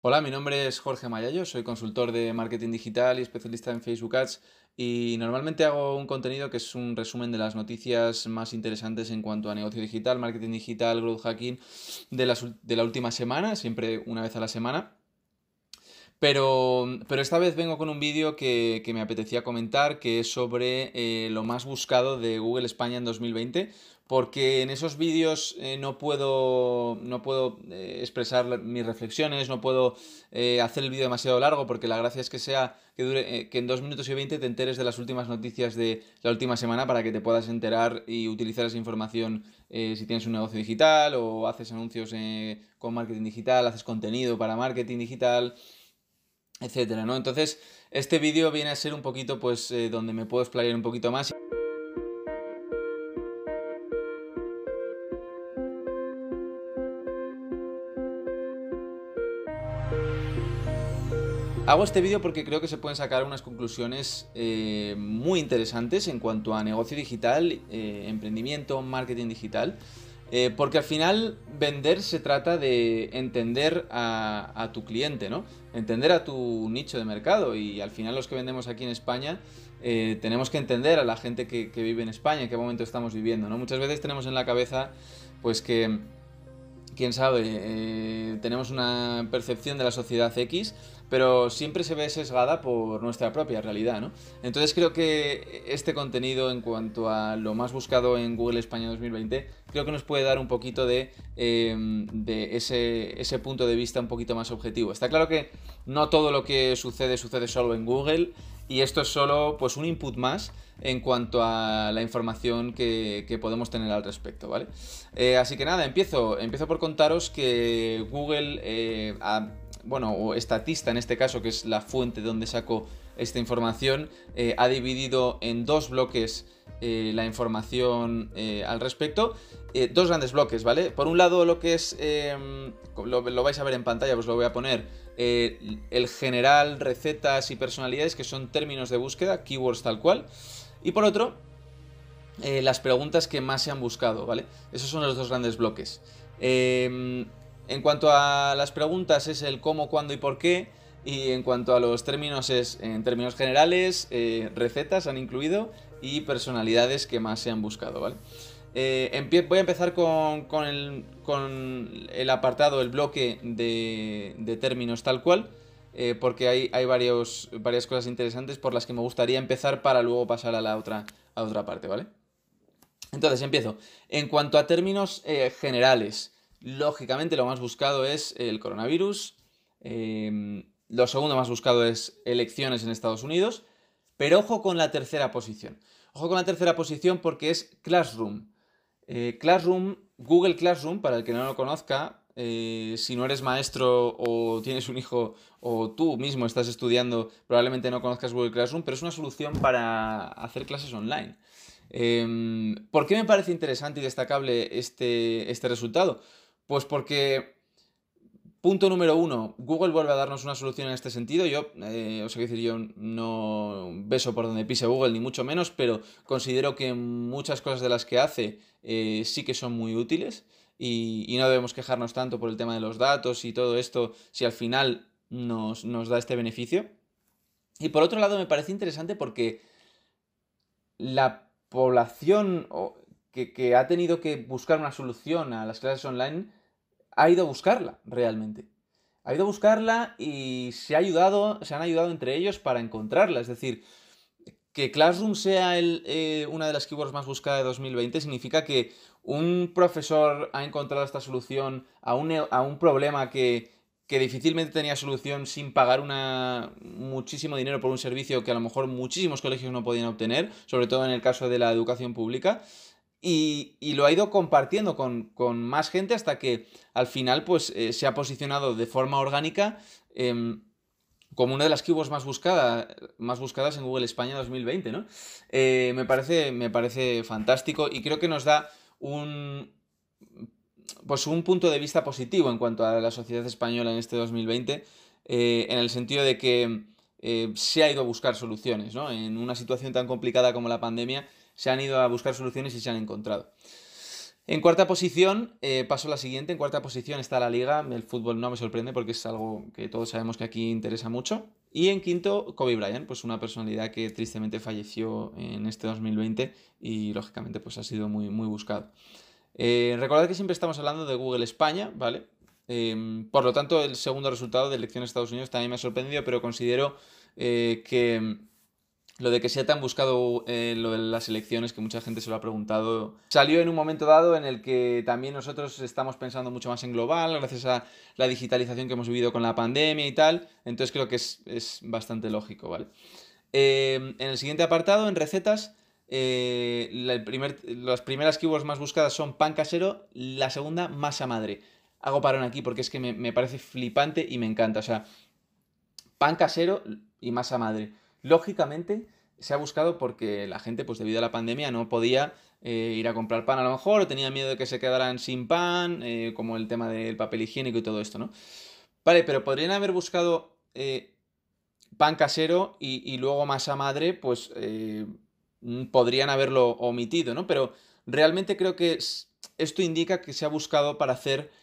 Hola, mi nombre es Jorge Mayallo, soy consultor de marketing digital y especialista en Facebook Ads y normalmente hago un contenido que es un resumen de las noticias más interesantes en cuanto a negocio digital, marketing digital, growth hacking de la última semana, siempre una vez a la semana. Pero esta vez vengo con un vídeo que me apetecía comentar, que es sobre lo más buscado de Google España en 2020, porque en esos vídeos no puedo expresar mis reflexiones, no puedo hacer el vídeo demasiado largo, porque la gracia es que sea que dure, que en 2 minutos y 20 te enteres de las últimas noticias de la última semana para que te puedas enterar y utilizar esa información si tienes un negocio digital o haces anuncios con marketing digital, haces contenido para marketing digital, etcétera, ¿no? Entonces, este vídeo viene a ser un poquito, pues, donde me puedo explayar un poquito más. Hago este vídeo porque creo que se pueden sacar unas conclusiones muy interesantes en cuanto a negocio digital, emprendimiento, marketing digital. Porque al final vender se trata de entender a tu cliente, ¿no? Entender a tu nicho de mercado. Y al final los que vendemos aquí en España tenemos que entender a la gente que vive en España, en qué momento estamos viviendo, ¿no? Muchas veces tenemos en la cabeza, pues que quién sabe, tenemos una percepción de la sociedad X, pero siempre se ve sesgada por nuestra propia realidad, ¿no? Entonces creo que este contenido en cuanto a lo más buscado en Google España 2020, creo que nos puede dar un poquito de ese punto de vista un poquito más objetivo. Está claro que no todo lo que sucede solo en Google, y esto es solo pues un input más en cuanto a la información que podemos tener al respecto, ¿vale? Así que nada, empiezo por contaros que Google, bueno, o Statista en este caso, que es la fuente donde saco esta información, ha dividido en dos bloques la información al respecto. Dos grandes bloques, ¿vale? Por un lado, lo que es, lo vais a ver en pantalla, os lo voy a poner, el general, recetas y personalidades, que son términos de búsqueda, keywords tal cual. Y por otro, las preguntas que más se han buscado, ¿vale? Esos son los dos grandes bloques. En cuanto a las preguntas es el cómo, cuándo y por qué. Y en cuanto a los términos es, en términos generales, recetas han incluido y personalidades que más se han buscado, ¿vale? Voy a empezar con el apartado, el bloque de términos tal cual, porque hay varias cosas interesantes por las que me gustaría empezar para luego pasar a otra parte, ¿vale? Entonces, empiezo. En cuanto a términos generales, lógicamente lo más buscado es el coronavirus. Lo segundo más buscado es elecciones en Estados Unidos. Pero ojo con la tercera posición. Ojo con la tercera posición porque es Classroom. Google Classroom, para el que no lo conozca, si no eres maestro o tienes un hijo o tú mismo estás estudiando, probablemente no conozcas Google Classroom, pero es una solución para hacer clases online. ¿Por qué me parece interesante y destacable este resultado? Pues porque, punto número uno, Google vuelve a darnos una solución en este sentido. Os quiero decir, yo no beso por donde pise Google, ni mucho menos, pero considero que muchas cosas de las que hace sí que son muy útiles y no debemos quejarnos tanto por el tema de los datos y todo esto si al final nos da este beneficio. Y por otro lado, me parece interesante porque la población que ha tenido que buscar una solución a las clases online ha ido a buscarla realmente. Ha ido a buscarla y se han ayudado entre ellos para encontrarla. Es decir, que Classroom sea una de las keywords más buscadas de 2020 significa que un profesor ha encontrado esta solución a un problema que difícilmente tenía solución sin pagar muchísimo dinero por un servicio que a lo mejor muchísimos colegios no podían obtener, sobre todo en el caso de la educación pública. Y lo ha ido compartiendo con más gente hasta que al final pues se ha posicionado de forma orgánica como una de las keywords más buscadas en Google España 2020, ¿no? Me parece fantástico y creo que nos da pues un punto de vista positivo en cuanto a la sociedad española en este 2020, en el sentido de que se ha ido a buscar soluciones, ¿no? En una situación tan complicada como la pandemia, se han ido a buscar soluciones y se han encontrado. En cuarta posición, paso a la siguiente, en cuarta posición está la Liga, el fútbol no me sorprende porque es algo que todos sabemos que aquí interesa mucho. Y en quinto, Kobe Bryant, pues una personalidad que tristemente falleció en este 2020 y lógicamente pues ha sido muy, muy buscado. Recordad que siempre estamos hablando de Google España, ¿vale? Por lo tanto, el segundo resultado de elecciones de Estados Unidos también me ha sorprendido, pero considero que lo de que sea tan buscado lo de las elecciones, que mucha gente se lo ha preguntado, salió en un momento dado en el que también nosotros estamos pensando mucho más en global, gracias a la digitalización que hemos vivido con la pandemia y tal. Entonces creo que es bastante lógico, ¿vale? En el siguiente apartado, en recetas, las primeras keywords más buscadas son pan casero, la segunda, masa madre. Hago parón aquí porque es que me parece flipante y me encanta. O sea, pan casero y masa madre. Lógicamente se ha buscado porque la gente, pues debido a la pandemia, no podía ir a comprar pan a lo mejor, o tenía miedo de que se quedaran sin pan, como el tema del papel higiénico y todo esto, ¿no? Vale, pero podrían haber buscado pan casero y luego masa madre, pues podrían haberlo omitido, ¿no? Pero realmente creo que esto indica que se ha buscado para hacer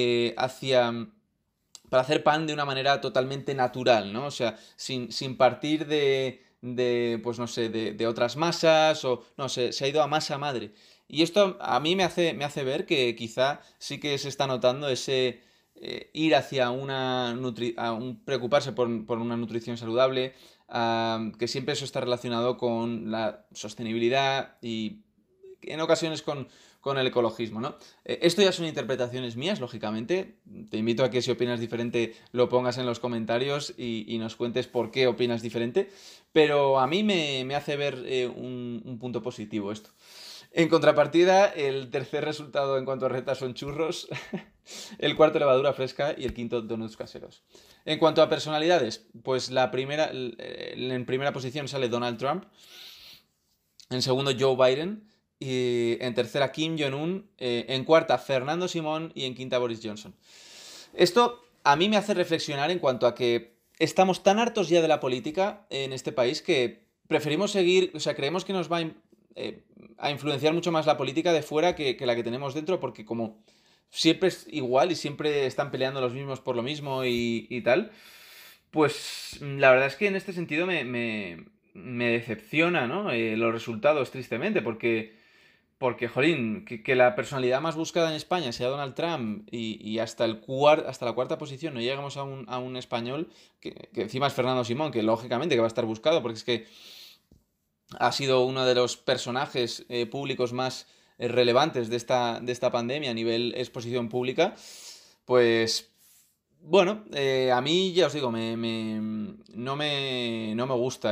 para hacer pan de una manera totalmente natural, ¿no? O sea, sin partir pues no sé, de otras masas, o no, se ha ido a masa madre. Y esto a mí me hace ver que quizá sí que se está notando ese ir hacia preocuparse por una nutrición saludable, que siempre eso está relacionado con la sostenibilidad y en ocasiones con el ecologismo, ¿no? Esto ya son interpretaciones mías, lógicamente. Te invito a que si opinas diferente lo pongas en los comentarios y nos cuentes por qué opinas diferente. Pero a mí me hace ver un punto positivo esto. En contrapartida, el tercer resultado en cuanto a recetas son churros, el cuarto levadura fresca y el quinto donuts caseros. En cuanto a personalidades, pues en primera posición sale Donald Trump, en segundo Joe Biden, y en tercera Kim Jong-un, en cuarta Fernando Simón y en quinta Boris Johnson. Esto a mí me hace reflexionar en cuanto a que estamos tan hartos ya de la política en este país que preferimos seguir, o sea, creemos que nos va a influenciar mucho más la política de fuera que la que tenemos dentro, porque como siempre es igual y siempre están peleando los mismos por lo mismo y tal, pues la verdad es que en este sentido me decepciona, ¿no? Los resultados, tristemente, porque, jolín, que la personalidad más buscada en España sea Donald Trump y hasta la cuarta posición no llegamos a un español, que encima es Fernando Simón, que lógicamente que va a estar buscado, porque es que ha sido uno de los personajes públicos más relevantes de esta pandemia a nivel exposición pública, pues bueno, a mí ya os digo, no me gusta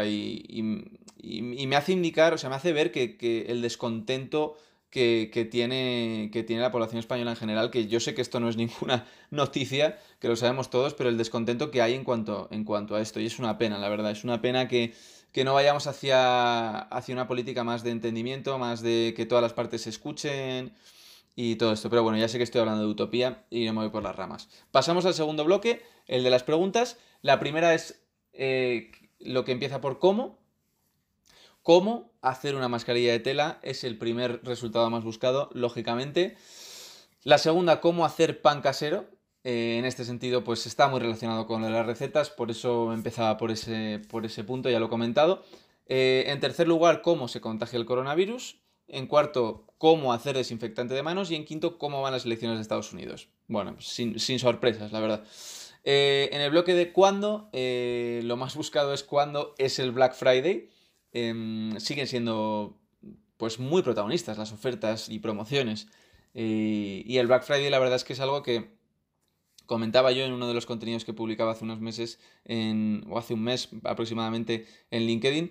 y me hace indicar, o sea, me hace ver que el descontento que tiene la población española en general, que yo sé que esto no es ninguna noticia, que lo sabemos todos, pero el descontento que hay en cuanto a esto, y es una pena, la verdad, es una pena que no vayamos hacia una política más de entendimiento, más de que todas las partes se escuchen y todo esto. Pero bueno, ya sé que estoy hablando de utopía y no me voy por las ramas. Pasamos al segundo bloque, el de las preguntas. La primera es lo que empieza por cómo. ¿Cómo hacer una mascarilla de tela? Es el primer resultado más buscado, lógicamente. La segunda, cómo hacer pan casero. En este sentido, pues está muy relacionado con las recetas, por eso empezaba por ese punto, ya lo he comentado. En tercer lugar, cómo se contagia el coronavirus. En cuarto, cómo hacer desinfectante de manos. Y en quinto, cómo van las elecciones de Estados Unidos. Bueno, pues sin sorpresas, la verdad. En el bloque de cuándo, lo más buscado es cuándo es el Black Friday. Siguen siendo pues muy protagonistas las ofertas y promociones. Y el Black Friday la verdad es que es algo que comentaba yo en uno de los contenidos que publicaba hace unos meses, o hace un mes aproximadamente en LinkedIn,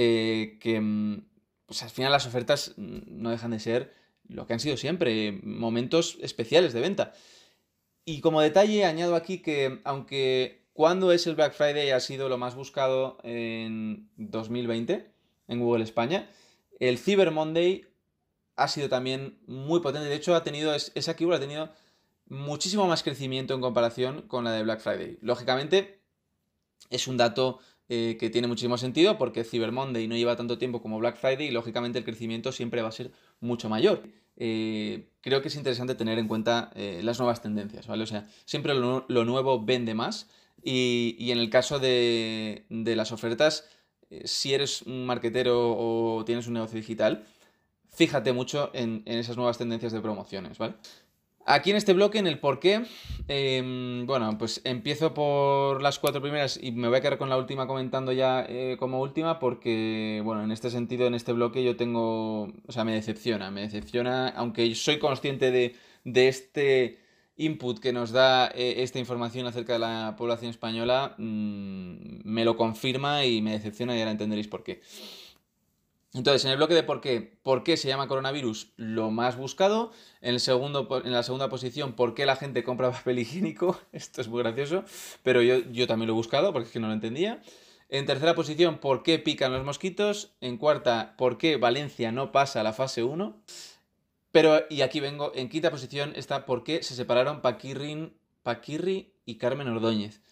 que pues al final las ofertas no dejan de ser lo que han sido siempre, momentos especiales de venta. Y como detalle añado aquí que aunque cuando es el Black Friday ha sido lo más buscado en 2020 en Google España, el Cyber Monday ha sido también muy potente. De hecho, esa keyword ha tenido muchísimo más crecimiento en comparación con la de Black Friday. Lógicamente, es un dato que tiene muchísimo sentido porque Cyber Monday no lleva tanto tiempo como Black Friday y lógicamente el crecimiento siempre va a ser mucho mayor. creo que es interesante tener en cuenta las nuevas tendencias, ¿vale? O sea, siempre lo nuevo vende más y en el caso de las ofertas, si eres un marketero o tienes un negocio digital, fíjate mucho en esas nuevas tendencias de promociones, ¿vale? Aquí en este bloque, en el por qué, bueno, pues empiezo por las 4 primeras y me voy a quedar con la última comentando ya como última porque, bueno, en este sentido, en este bloque yo tengo, o sea, me decepciona, aunque soy consciente de este input que nos da esta información acerca de la población española, me lo confirma y me decepciona y ahora entenderéis por qué. Entonces, en el bloque de por qué se llama coronavirus, lo más buscado. En la segunda posición, por qué la gente compra papel higiénico. Esto es muy gracioso, pero yo también lo he buscado porque es que no lo entendía. En tercera posición, por qué pican los mosquitos. En cuarta, por qué Valencia no pasa a la fase 1. Pero, y aquí vengo, en quinta posición está por qué se separaron Paquirri y Carmen Ordóñez.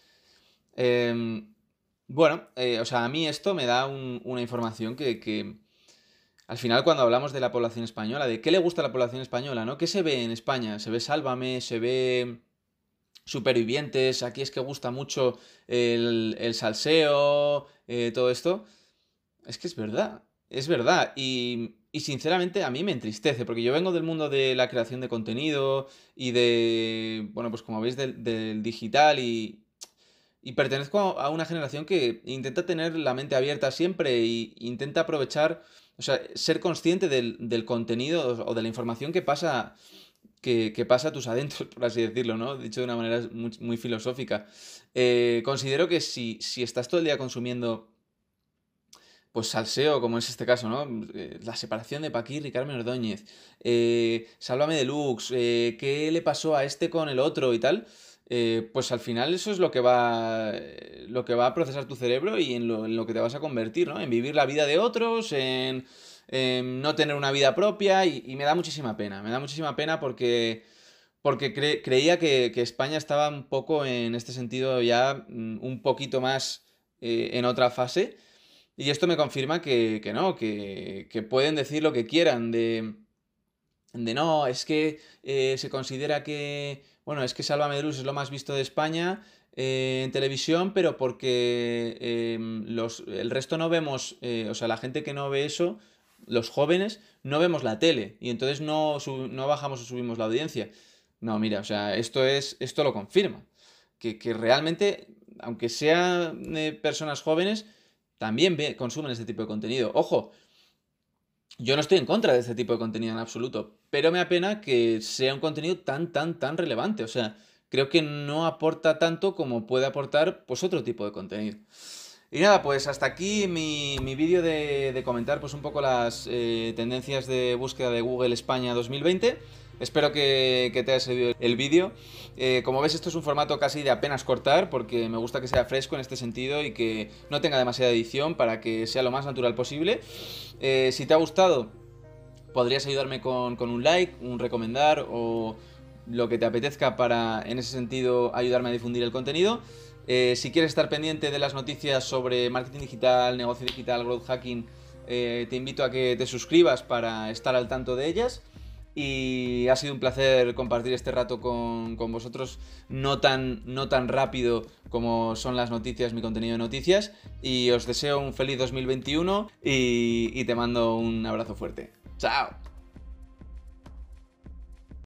Bueno, o sea, a mí esto me da una información que al final, cuando hablamos de la población española, de qué le gusta a la población española, ¿no? ¿Qué se ve en España? Se ve Sálvame, se ve Supervivientes, aquí es que gusta mucho el salseo, todo esto. Es que es verdad, es verdad. Y sinceramente a mí me entristece, porque yo vengo del mundo de la creación de contenido y de, bueno, pues como veis, del digital y pertenezco a una generación que intenta tener la mente abierta siempre e intenta aprovechar, o sea, ser consciente del contenido o de la información que pasa a tus adentros, por así decirlo, ¿no? Dicho de una manera muy filosófica. Considero que si estás todo el día consumiendo pues salseo, como es este caso, ¿no? La separación de Paquirri y Carmen Ordóñez. Sálvame Deluxe. ¿Qué le pasó a este con el otro y tal? Pues al final eso es lo que va a procesar tu cerebro y en lo que te vas a convertir, ¿no? En vivir la vida de otros, en no tener una vida propia y me da muchísima pena. Me da muchísima pena porque creía que España estaba un poco en este sentido ya un poquito más en otra fase. Y esto me confirma que no, que pueden decir lo que quieran de no, es que se considera que, bueno, es que Sálvame Deluxe es lo más visto de España en televisión, pero porque el resto no vemos, o sea, la gente que no ve eso, los jóvenes, no vemos la tele y entonces no bajamos o subimos la audiencia. No, mira, o sea, esto lo confirma. Que realmente, aunque sean personas jóvenes, también consumen este tipo de contenido. Ojo, yo no estoy en contra de este tipo de contenido en absoluto, pero me apena que sea un contenido tan relevante. O sea, creo que no aporta tanto como puede aportar pues otro tipo de contenido. Y nada, pues hasta aquí mi vídeo de comentar pues un poco las tendencias de búsqueda de Google España 2020. Espero que te haya servido el vídeo. Como ves, esto es un formato casi de apenas cortar porque me gusta que sea fresco en este sentido y que no tenga demasiada edición para que sea lo más natural posible. Si te ha gustado, podrías ayudarme con un like, un recomendar o lo que te apetezca para, en ese sentido, ayudarme a difundir el contenido. Si quieres estar pendiente de las noticias sobre marketing digital, negocio digital, growth hacking, te invito a que te suscribas para estar al tanto de ellas. Y ha sido un placer compartir este rato con vosotros, no tan rápido como son las noticias, mi contenido de noticias. Y os deseo un feliz 2021 y te mando un abrazo fuerte. ¡Chao!